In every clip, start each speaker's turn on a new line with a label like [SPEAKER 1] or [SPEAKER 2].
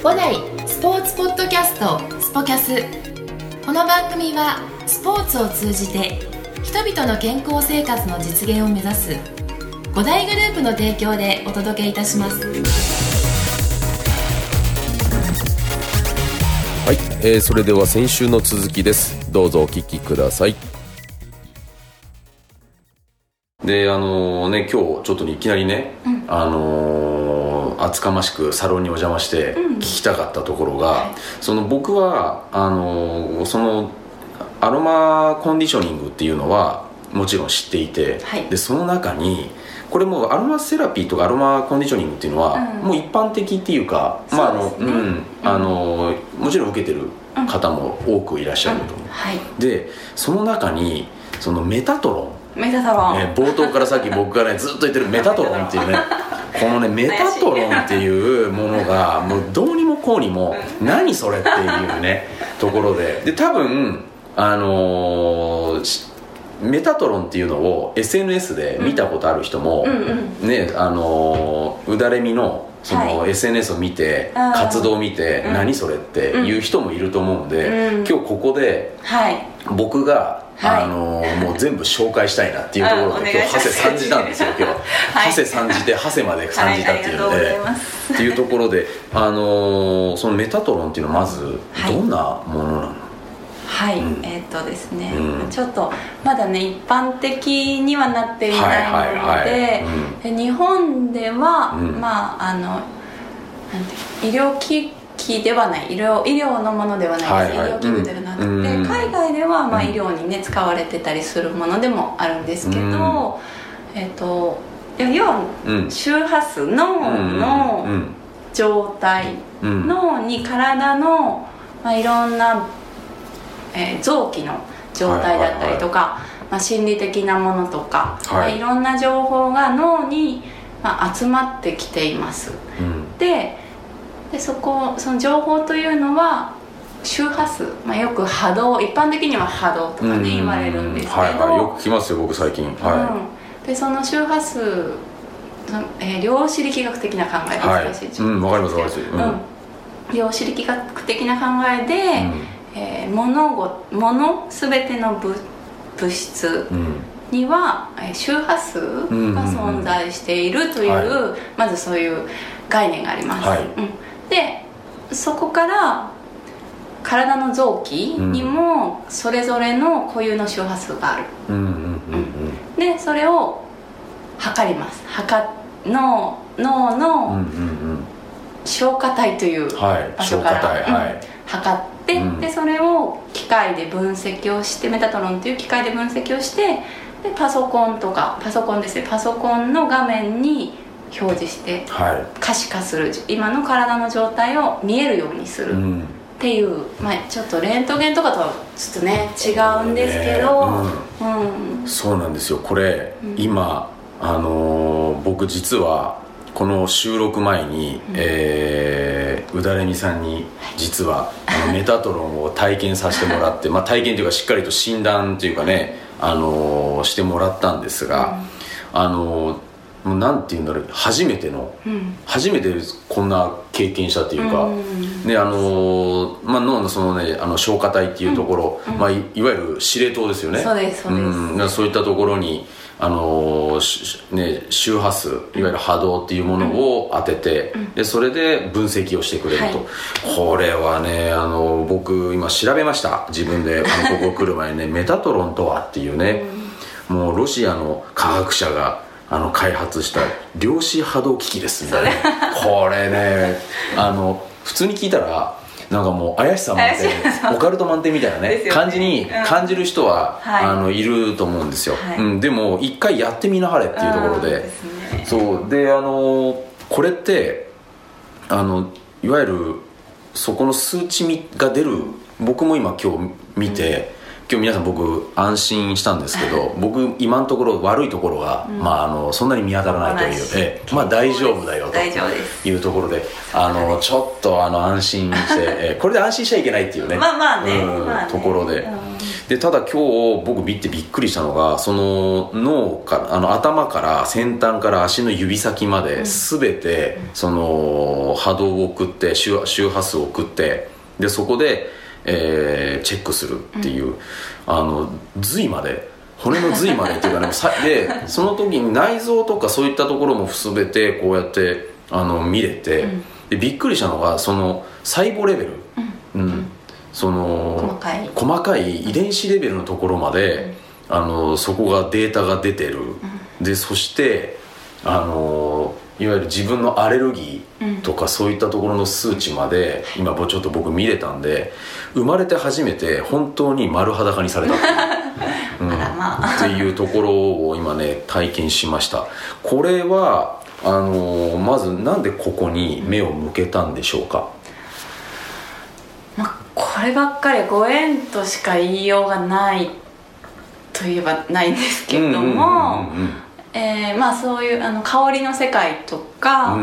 [SPEAKER 1] 五代スポーツポッドキャストスポキャス。この番組はスポーツを通じて人々の健康生活の実現を目指す五大グループの提供でお届けいたします。
[SPEAKER 2] はい、それでは先週の続きです。どうぞお聞きください。で今日ちょっといきなりね、厚かましくサロンにお邪魔して聞きたかったところが、その僕はそのアロマコンディショニングっていうのはもちろん知っていて、でその中にこれもアロマセラピーとかアロマコンディショニングっていうのは、もう一般的っていうか、もちろん受けてる方も多くいらっしゃると思う、でその中にそのメタトロン、冒頭からさっき僕がねずっと言ってるメタトロンっていうねこのねメタトロンっていうものがもうどうにもこうにも何それっていうねところで多分メタトロンっていうのを SNS で見たことある人も、ねうだれみのその SNS を見て、活動を見て、何それっていう人もいると思うんで、今日ここで、僕がもう全部紹介したいなっていうところで今日ハセ参じたんですよ。今日ハセ参じてハセまで参じたっていうので、っていうところでそのメタトロンっていうのはまずどんなものなの？
[SPEAKER 3] ですね、ちょっとまだね一般的にはなっていないので、日本では、医療機器ではない、医療のものではないです、医療器具ではなくて、海外では、医療にね使われてたりするものでもあるんですけど、要は周波数の状態脳に体の、いろんな臓器の状態だったりとか、心理的なものとか、いろんな情報が脳に、集まってきています、でその情報というのは周波数、よく波動、一般的には波動とかね、言われるんですけど、
[SPEAKER 2] よく聞きますよ僕最近、
[SPEAKER 3] でその周波数、量子力学的な考えです、
[SPEAKER 2] わかります、
[SPEAKER 3] 量子力学的な考えで、全ての物質には周波数が存在しているという、まずそういう概念があります、でそこから体の臓器にもそれぞれの固有の周波数がある、でそれを測ります。脳の消化体という場所から測って、でそれを機械で分析をして、メタトロンという機械で分析をして、でパソコンの画面に表示して、可視化する、今の体の状態を見えるようにするっていう、ちょっとレントゲンとかとはちょっとね違うんですけど、
[SPEAKER 2] そうなんですよ。これ、今僕実はこの収録前に、うだれみさんに実はメタトロンを体験させてもらって体験というかしっかりと診断というかね、してもらったんですが、なんていうんだろう、初めてこんな経験したというか、脳のそのね消化体っていうところ、いわゆる司令塔ですよね。
[SPEAKER 3] そうです、
[SPEAKER 2] そういったところに周波数、いわゆる波動っていうものを当てて、でそれで分析をしてくれると、これはね僕今調べました、自分でここ来る前にねメタトロンとはっていうね、もうロシアの科学者が開発した量子波動機器ですみたいなこれね普通に聞いたらなんかもう怪しさ満点、オカルト満点みたいなね感じに感じる人は、いると思うんですよ、でも一回やってみなはれっていうところで、そうでこれっていわゆるそこの数値が出る、僕も今日見て、今日皆さん僕安心したんですけど、僕今のところ悪いところが、そんなに見当たらないという、大丈夫だよというところで、ちょっと安心して、これで安心しちゃいけないっていうね、ところで、 でただ今日僕見てびっくりしたのが、その脳から頭から先端から足の指先まで全てその波動を送って周波数を送って、でそこで、チェックするっていう、髄まで、骨の髄までっていうかねでその時に内臓とかそういったところも全てこうやって見れて、でびっくりしたのがその細胞レベル、その細かい遺伝子レベルのところまで、そこがデータが出てる、でそしていわゆる自分のアレルギーとかそういったところの数値まで今ちょっと僕見れたんで、生まれて初めて本当に丸裸にされたっていうところを今ね体験しました。これはまずなんでここに目を向けたんでしょうか。
[SPEAKER 3] こればっかりご縁としか言いようがないといえばないんですけども、そういう香りの世界とか、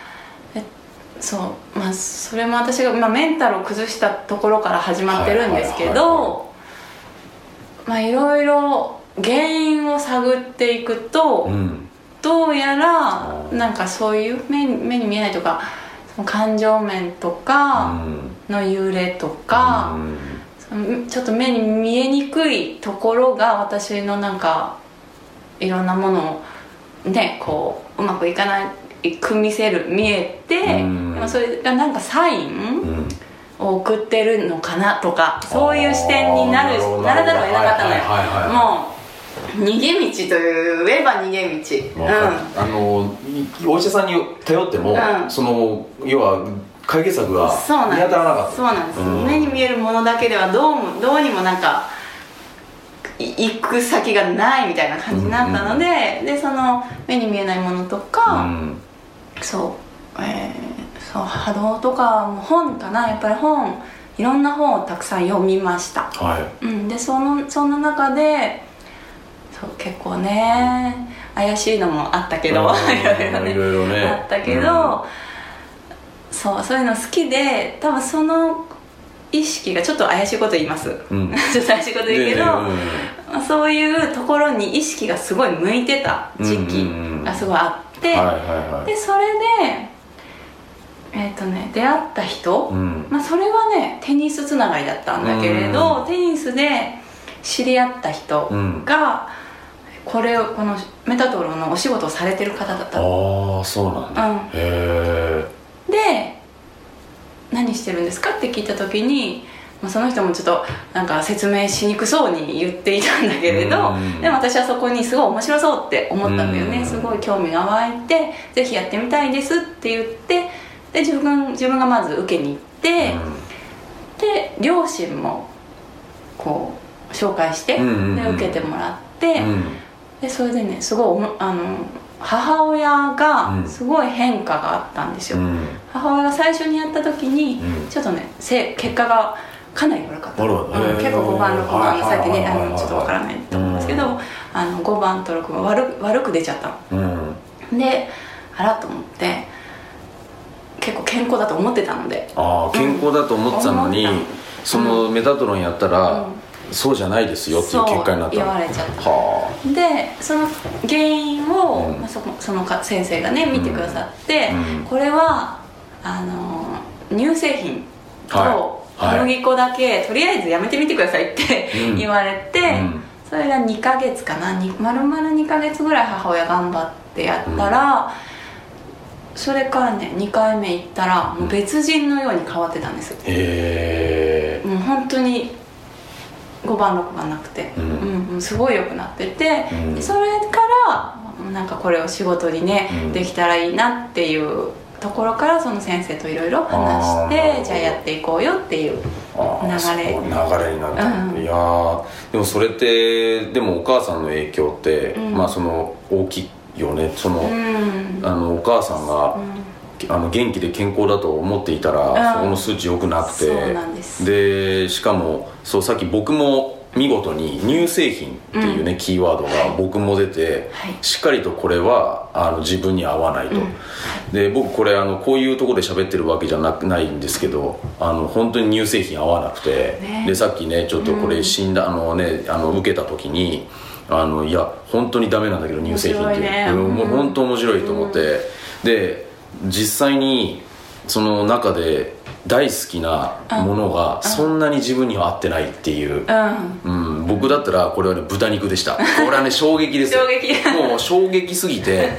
[SPEAKER 3] それも私が、メンタルを崩したところから始まってるんですけど、いろいろ原因を探っていくと、どうやらなんかそういう目に見えないとか、その感情面とかの揺れとか、ちょっと目に見えにくいところが私のなんかいろんなものをねこううまくいかないく見えて、でもそれがなんかサインを送ってるのかなとか、そういう視点にならざるを得なかったのよ。もう逃げ道といえば逃げ道、
[SPEAKER 2] お医者さんに頼っても、その要は解決策が見当たらなかった。
[SPEAKER 3] そうなんです、目に見えるものだけではどうにもなんか行く先がないみたいな感じになったので、でその目に見えないものとか、波動とかも本かな、やっぱりいろんな本をたくさん読みました、でその中で結構ね怪しいのもあったけど、いろいろねあったけど、そういうの好きで、多分その意識がちょっと怪しいこと言います、ちょっと怪しいこと言うけど、そういうところに意識がすごい向いてた時期がすごいあって、でそれで出会った人、それはねテニスつながりだったんだけれど、テニスで知り合った人が、このメタトロンのお仕事をされてる方だったの。
[SPEAKER 2] そうなんだ、
[SPEAKER 3] で何してるんですかって聞いた時に、その人もちょっとなんか説明しにくそうに言っていたんだけれど、でも私はそこにすごい面白そうって思ったんだよね。すごい興味が湧いて、ぜひやってみたいですって言って、で自分がまず受けに行って、で両親もこう紹介して、で受けてもらって、でそれでねすごい母親がすごい変化があったんですよ、母親が最初にやった時に、ちょっとね結果がかなり悪かった、結構5番6番さっきねちょっとわからないと思うんですけど、5番と6番悪く出ちゃったの、であらと思って、結構健康だと思ってたので、
[SPEAKER 2] 健康だと思ってたのに、そのメタトロンやったら、そうじゃないですよっていう結果になった。
[SPEAKER 3] 言われちゃった。でその原因を、その先生がね見てくださって、これは乳製品と小麦粉だけ、とりあえずやめてみてくださいって言われて、それが2ヶ月かな、丸々2ヶ月ぐらい母親頑張ってやったら、それからね2回目行ったらもう別人のように変わってたんです。もう本当に5番6番なくて、すごい良くなってて、それからなんかこれを仕事にね、できたらいいなっていうところから、その先生といろいろ話して、じゃあやっていこうよっていう流れになった、
[SPEAKER 2] いやでもそれってでもお母さんの影響って、その大きいよね。その、お母さんが、元気で健康だと思っていたら、そこの数値良くなくて、
[SPEAKER 3] そうなんです。
[SPEAKER 2] でしかもさっき僕も見事に乳製品っていうね、キーワードが僕も出て、しっかりとこれは自分に合わないと、で僕これこういうところで喋ってるわけじゃないんですけど、本当に乳製品合わなくて、でさっきねちょっとこれ受けた時にいや本当にダメなんだけど乳製品っていう、もう本当面白いと思って、で実際にその中で大好きなものがそんなに自分には合ってないっていう、僕だったらこれはね豚肉でした。これはね衝撃ですよ。もう衝撃すぎて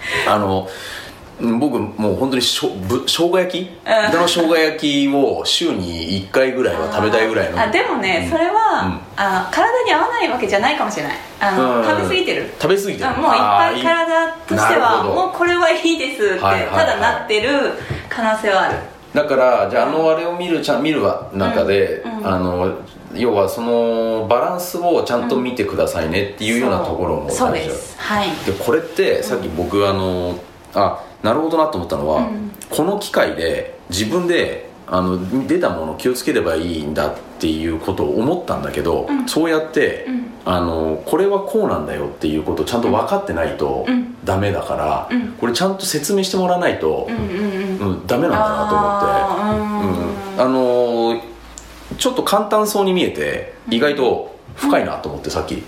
[SPEAKER 2] 僕もう本当に生姜焼き、豚の生姜焼きを週に1回ぐらいは食べたいぐらいの。
[SPEAKER 3] でもね、それは、体に合わないわけじゃないかもしれない。食べ過ぎてる、もういっぱい体としてはもうこれはいいですってただなってる可能性はある。
[SPEAKER 2] だからじゃああれを見る中で、要はそのバランスをちゃんと見てくださいねっていうようなところも大事だ。
[SPEAKER 3] そうです、はい。
[SPEAKER 2] でこれってさっき僕なるほどなと思ったのは、この機会で自分で出たものを気をつければいいんだっていうことを思ったんだけど、そうやって、これはこうなんだよっていうことをちゃんと分かってないとダメだから、これちゃんと説明してもらわないと、ダメなんだなと思って、ちょっと簡単そうに見えて意外と深いなと思って、さっき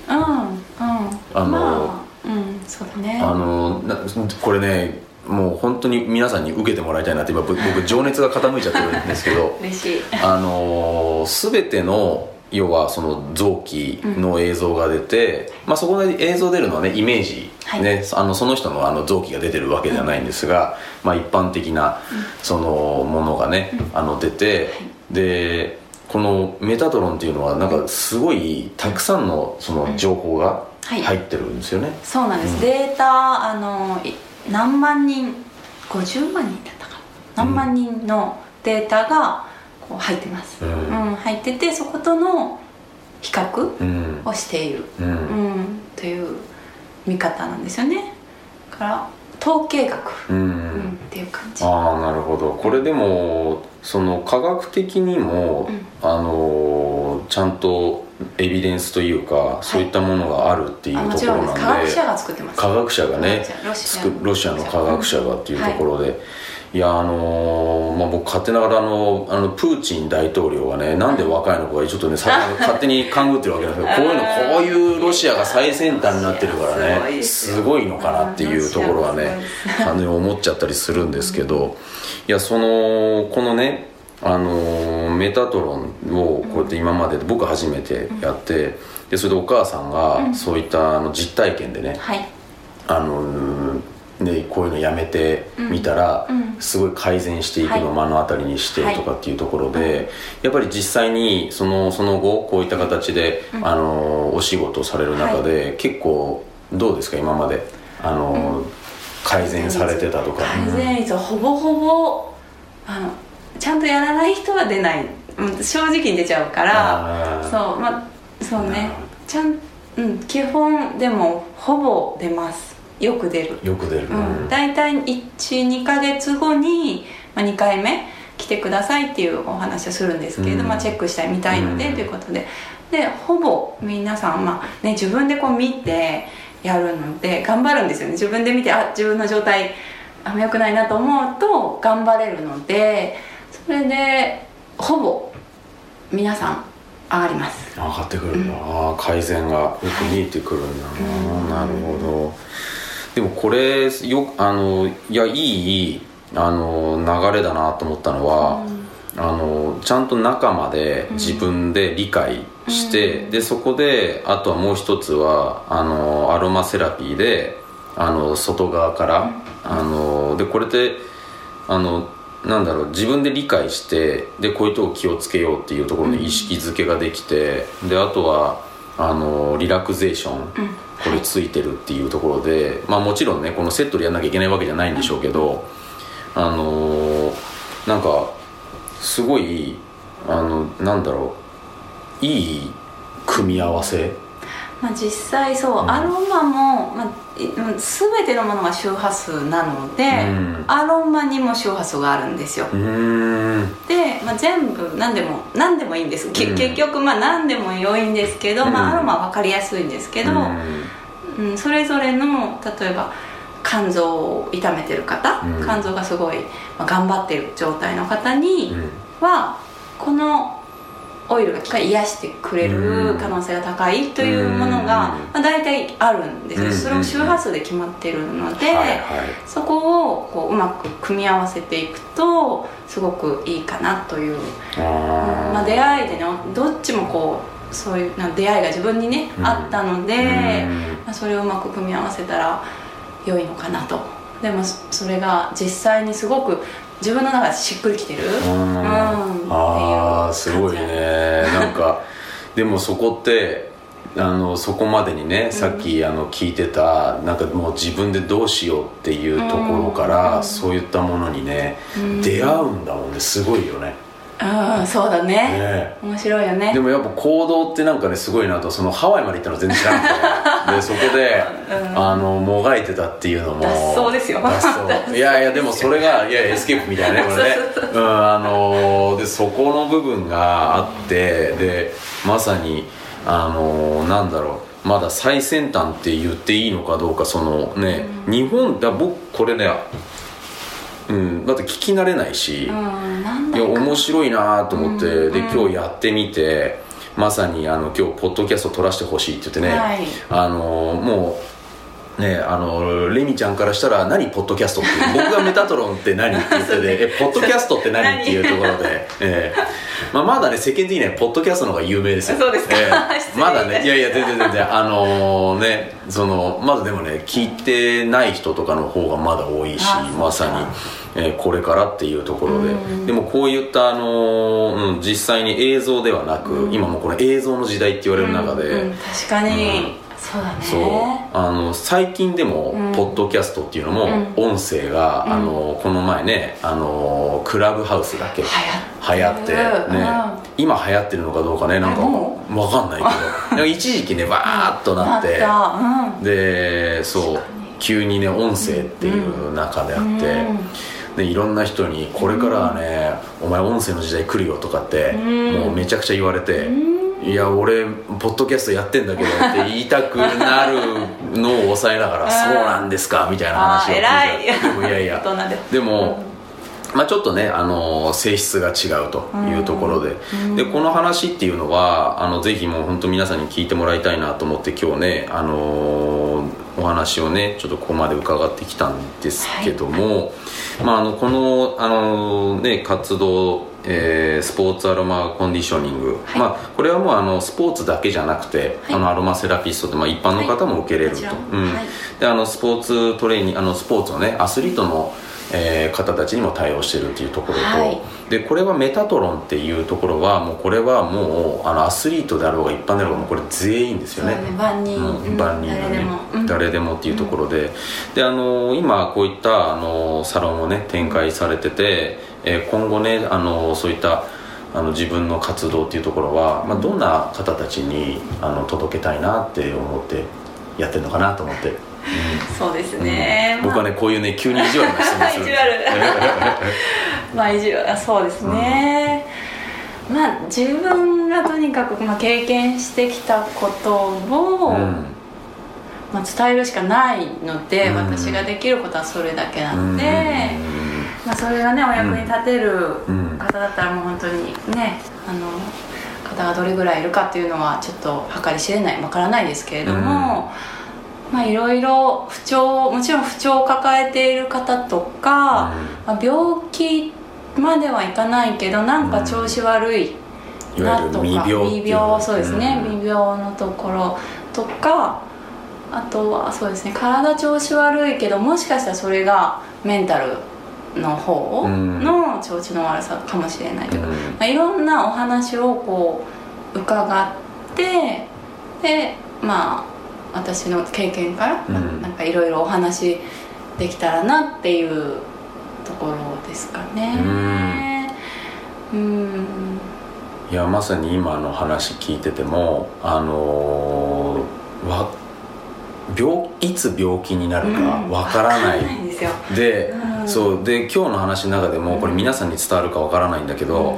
[SPEAKER 3] そうだね、
[SPEAKER 2] これねもう本当に皆さんに受けてもらいたいなって今僕情熱が傾いちゃってるんですけど
[SPEAKER 3] 嬉しい。
[SPEAKER 2] 全ての要はその臓器の映像が出て、そこで映像出るのはねイメージ、ね、その人の臓器が出てるわけじゃないんですが、一般的なそのものがね出て、でこのメタトロンっていうのはなんかすごいたくさんのその情報が入ってるんですよね。
[SPEAKER 3] そうなんです、データ何万人、50万人だったかな、何万人のデータがこう入ってます、入ってて、そことの比較をしている、という見方なんですよね。だから統計学、っていう感じ。
[SPEAKER 2] なるほど。これでもその科学的にも、ちゃんとエビデンスというか、そういったものがあるっていうところなんで、
[SPEAKER 3] 科学者が作ってます。
[SPEAKER 2] 科学者がね、ロシアの科学者がっていうところで、いや僕勝手ながらプーチン大統領はね、なんで若いのかちょっとね勝手に勘ぐってるわけなんですけど、こういうロシアが最先端になってるからね、すごいのかなっていうところはね思っちゃったりするんですけど、いやこのねメタトロンをこうやって今まで僕初めてやって、でそれでお母さんがそういった実体験でね、こういうのやめてみたら、すごい改善していくのを目の当たりにしてとかっていうところで、やっぱり実際にその後こういった形で、お仕事をされる中で、結構どうですか今まで改善されてたとか。
[SPEAKER 3] 改善率はほぼほぼちゃんとやらない人は出ない、正直に出ちゃうから、そうね、基本でもほぼ出ます。よく出る、大体 1,2 ヶ月後に、2回目来てくださいっていうお話をするんですけれど、チェックしたいみたいので、ということでほぼ皆さん、自分でこう見てやるので頑張るんですよね。自分で見て自分の状態良くないなと思うと頑張れるので、それでほぼ皆さん上がります。
[SPEAKER 2] 上がってくるんだ、改善がよく見えてくるんだな、なるほど。でもこれいい流れだなと思ったのは、ちゃんと中まで自分で理解して、でそこであとはもう一つはアロマセラピーで外側から、でこれって自分で理解して、でこういうとこ気をつけようっていうところに意識づけができて、であとはリラクゼーション、これついてるっていうところで、もちろんねこのセットでやんなきゃいけないわけじゃないんでしょうけど、なんかすごいいい組み合わせ
[SPEAKER 3] 実際そう、アロマも、全てのものが周波数なので、アロマにも周波数があるんですよ。で、全部何でもいいんです、結局何でも良いんですけど、アロマは分かりやすいんですけど、それぞれの例えば肝臓を痛めてる方、肝臓がすごい、頑張ってる状態の方には、このオイルが癒してくれる可能性が高いというものが、大体あるんですよ。それも周波数で決まってるので、そこをこううまく組み合わせていくとすごくいいかなという、出会いでね、どっちもこうそういう出会いが自分にね、あったので、それをうまく組み合わせたら良いのかなと。でもそれが実際にすごく自分の中でしっくりきてる、
[SPEAKER 2] すごいね。なんかでもそこってそこまでにね、さっき聞いてたなんかもう自分でどうしようっていうところから、そういったものにね、出会うんだもんね。すごいよね。
[SPEAKER 3] そうだね、面白いよね。
[SPEAKER 2] でもやっぱ行動ってなんかね、すごいなと。そのハワイまで行ったの全然知らなくてでそこで、もがいてたっていうのも
[SPEAKER 3] 脱走ですよ。
[SPEAKER 2] いやでもそれがエスケープみたいなね、これね。でそこの部分があって、でまさになんだろう、まだ最先端って言っていいのかどうか、そのね、日本だ、僕これね、だって聞き慣れないし、いや面白いなと思って、で今日やってみて、まさに今日ポッドキャスト撮らせてほしいって言ってね、もうね、レミちゃんからしたら何ポッドキャストって僕がメタトロンって何って言っててポッドキャストって何っていうところで、まだね世間的にはポッドキャストの方が有名ですよ。
[SPEAKER 3] そうですか、
[SPEAKER 2] まだね、いや全然ね、まだでもね、聞いてない人とかの方がまだ多いし、まさにこれからっていうところで、でもこういった実際に映像ではなく、今もこの映像の時代って言われる中で、
[SPEAKER 3] 確かに、そうだね。
[SPEAKER 2] そう最近でもポッドキャストっていうのも音声が、この前ね、クラブハウスだけ流行ってね、今流行ってるのかどうかね、なんか分かんないけど一時期ねバーッとなって、でそう急にね音声っていう中であって、でいろんな人にこれからはね、お前音声の時代来るよとかってもうめちゃくちゃ言われて、いや俺ポッドキャストやってんだけどって言いたくなるのを抑えながらそうなんですかみたいな話を聞いて、でもいやでもちょっとね性質が違うというところで、でこの話っていうのはぜひもう本当皆さんに聞いてもらいたいなと思って今日ねお話をねちょっとここまで伺ってきたんですけども、このね活動スポーツアロマコンディショニング、これはもうスポーツだけじゃなくて、アロマセラピストって一般の方も受けれると、でスポーツトレーニングスポーツのねアスリートの方たちにも対応しているっていうところと、でこれはメタトロンっていうところはもうこれはもうアスリートであろうが一般であろうがもうこれ全員ですよね。
[SPEAKER 3] 万人
[SPEAKER 2] のね、誰でもっていうところで、で今こういったサロンをね展開されてて、今後ねそういった自分の活動っていうところは、どんな方たちに届けたいなって思ってやってるのかなと思って。
[SPEAKER 3] そうですね、
[SPEAKER 2] 僕はねこういうね急に意地悪な質問する
[SPEAKER 3] 意地悪意地悪、そうですね、自分がとにかく、経験してきたことを、伝えるしかないので、私ができることはそれだけなので、それがねお役に立てる方だったらもう本当にね方がどれぐらいいるかっていうのはちょっと計り知れない、わからないですけれども、いろいろもちろん不調を抱えている方とか、病気まではいかないけどなんか調子悪いなとか、未病、そうですね、未病のところとか、あとはそうですね、体調子悪いけどもしかしたらそれがメンタルの方の調子の悪さかもしれないとか、いろんなお話をこう伺って、で私の経験からなんかいろいろお話できたらなっていうところですかね。
[SPEAKER 2] いやまさに今の話聞いててもいつ病気になるかわからない、
[SPEAKER 3] んですよ。
[SPEAKER 2] で、そうで今日の話の中でもこれ皆さんに伝わるかわからないんだけど、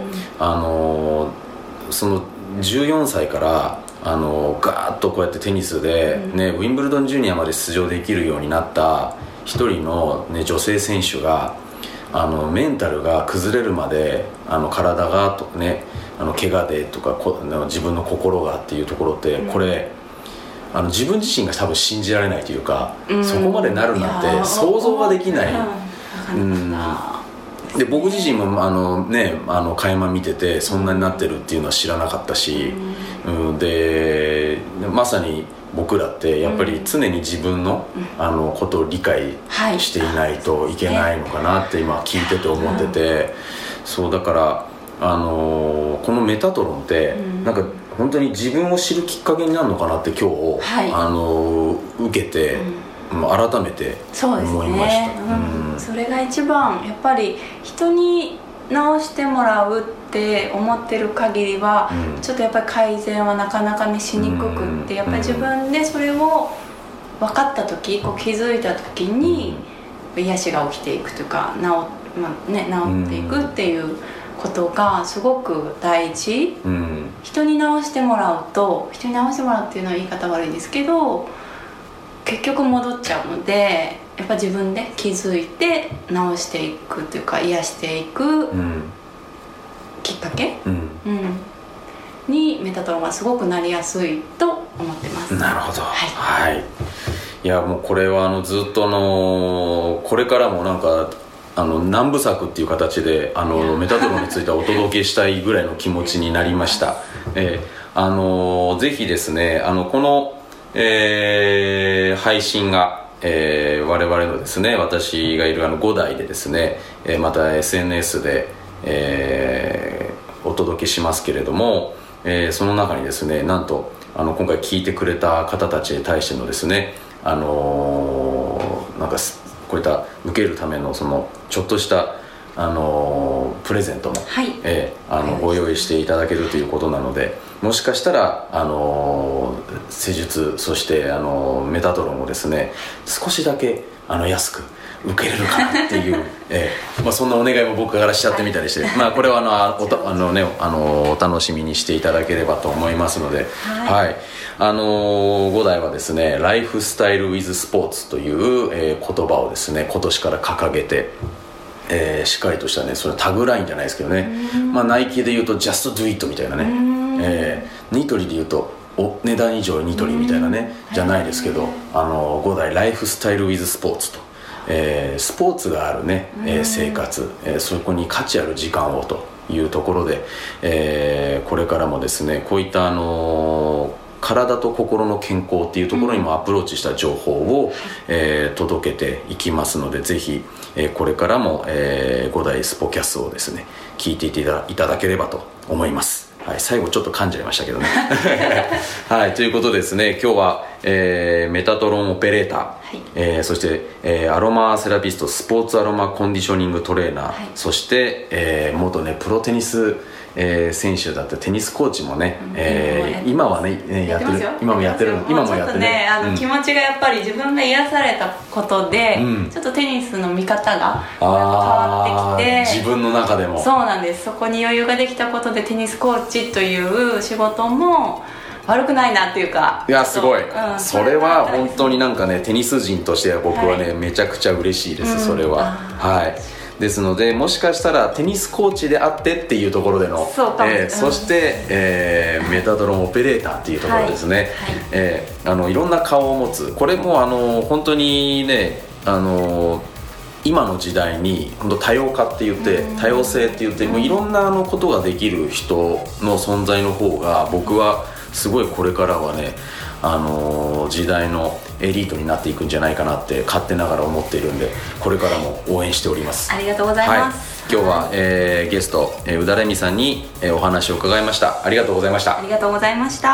[SPEAKER 2] その14歳からガーッとこうやってテニスで、ね、ウィンブルドンジュニアまで出場できるようになった一人の、ね、女性選手がメンタルが崩れるまで体がとかね怪我でとか自分の心がっていうところって、これ自分自身が多分信じられないというか、そこまでなるなんて想像ができない。で僕自身も垣間見ててそんなになってるっていうのは知らなかったし、でまさに僕らってやっぱり常に自分のことを理解していないといけないのかなって今聞いてて思ってて、そうだからこのメタトロンってなんか本当に自分を知るきっかけになるのかなって今日、受けて、改めて思いました。
[SPEAKER 3] それが一番やっぱり人に直してもらうって思ってる限りは、ちょっとやっぱり改善はなかなかねしにくくって、やっぱり自分でそれを分かった時、こう気づいた時に癒しが起きていくというか治っていくっていうことがすごく大事。人に直してもらうっていうのは言い方悪いんですけど、結局戻っちゃうので、やっぱ自分で気づいて直していくというか癒していくきっかけ、にメタトロンはすごくなりやすいと思ってます。
[SPEAKER 2] なるほど。はい、いやもうこれはずっとこれからもなんか何部作っていう形でメタトロンについてはお届けしたいぐらいの気持ちになりました。ぜひですねこの、配信が、我々のですね、私がいる5台でですね、また SNS で、お届けしますけれども、その中にですねなんと今回聞いてくれた方たちに対してのですねなんかこういった受けるためのそのちょっとしたプレゼントも、ご用意していただけるということなので、もしかしたら施術そしてメタトロンをですね少しだけ安く受けれるかなっていう、そんなお願いも僕からしちゃってみたりして、これはお楽しみにしていただければと思いますので、5台はですねライフスタイル with スポーツという、言葉をですね今年から掲げて、しっかりとしたねそれタグラインじゃないですけどね、ナイキで言うと Just Do It みたいなね、ニトリで言うとお値段以上ニトリみたいなねじゃないですけど、5台ライフスタイル with スポーツと、スポーツがあるね、生活、そこに価値ある時間をというところで、これからもですねこういった体と心の健康っていうところにもアプローチした情報を、届けていきますので、ぜひ、これからも、5台スポキャスをですね聞いていただければと思います。最後ちょっと噛んじゃいましたけどねということでですね今日は、メタトロンオペレーター、そして、アロマセラピストスポーツアロマコンディショニングトレーナー、そして、元ねプロテニス選手だってテニスコーチもね、今はねやってる、今もやってる、今もやってるね、
[SPEAKER 3] 気持ちがやっぱり自分が癒されたことで、ちょっとテニスの見方が変わってきて、
[SPEAKER 2] 自分の中でも
[SPEAKER 3] そうなんです。そこに余裕ができたことでテニスコーチという仕事も悪くないなっていうか、
[SPEAKER 2] いやすごい、それは本当になんかねテニス人としては僕はね、めちゃくちゃ嬉しいです、それは。ですのでもしかしたらテニスコーチであってっていうところでの、そして、メタトロンオペレーターっていうところですね、いろんな顔を持つ、これも本当にね今の時代に本当多様化って言って多様性って言ってもういろんなことができる人の存在の方が僕はすごいこれからはね時代のエリートになっていくんじゃないかなって勝手ながら思っているんで、これからも応援しております。
[SPEAKER 3] ありがとうございます、
[SPEAKER 2] 今日は、ゲスト宇田レミさんに、お話を伺いました。ありがとうございました。
[SPEAKER 3] ありがとうございました。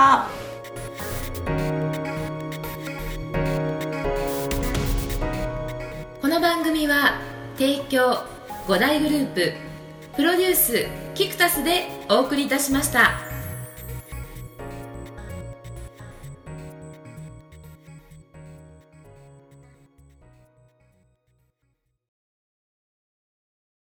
[SPEAKER 1] この番組は提供5大グループプロデュースキクタスでお送りいたしました。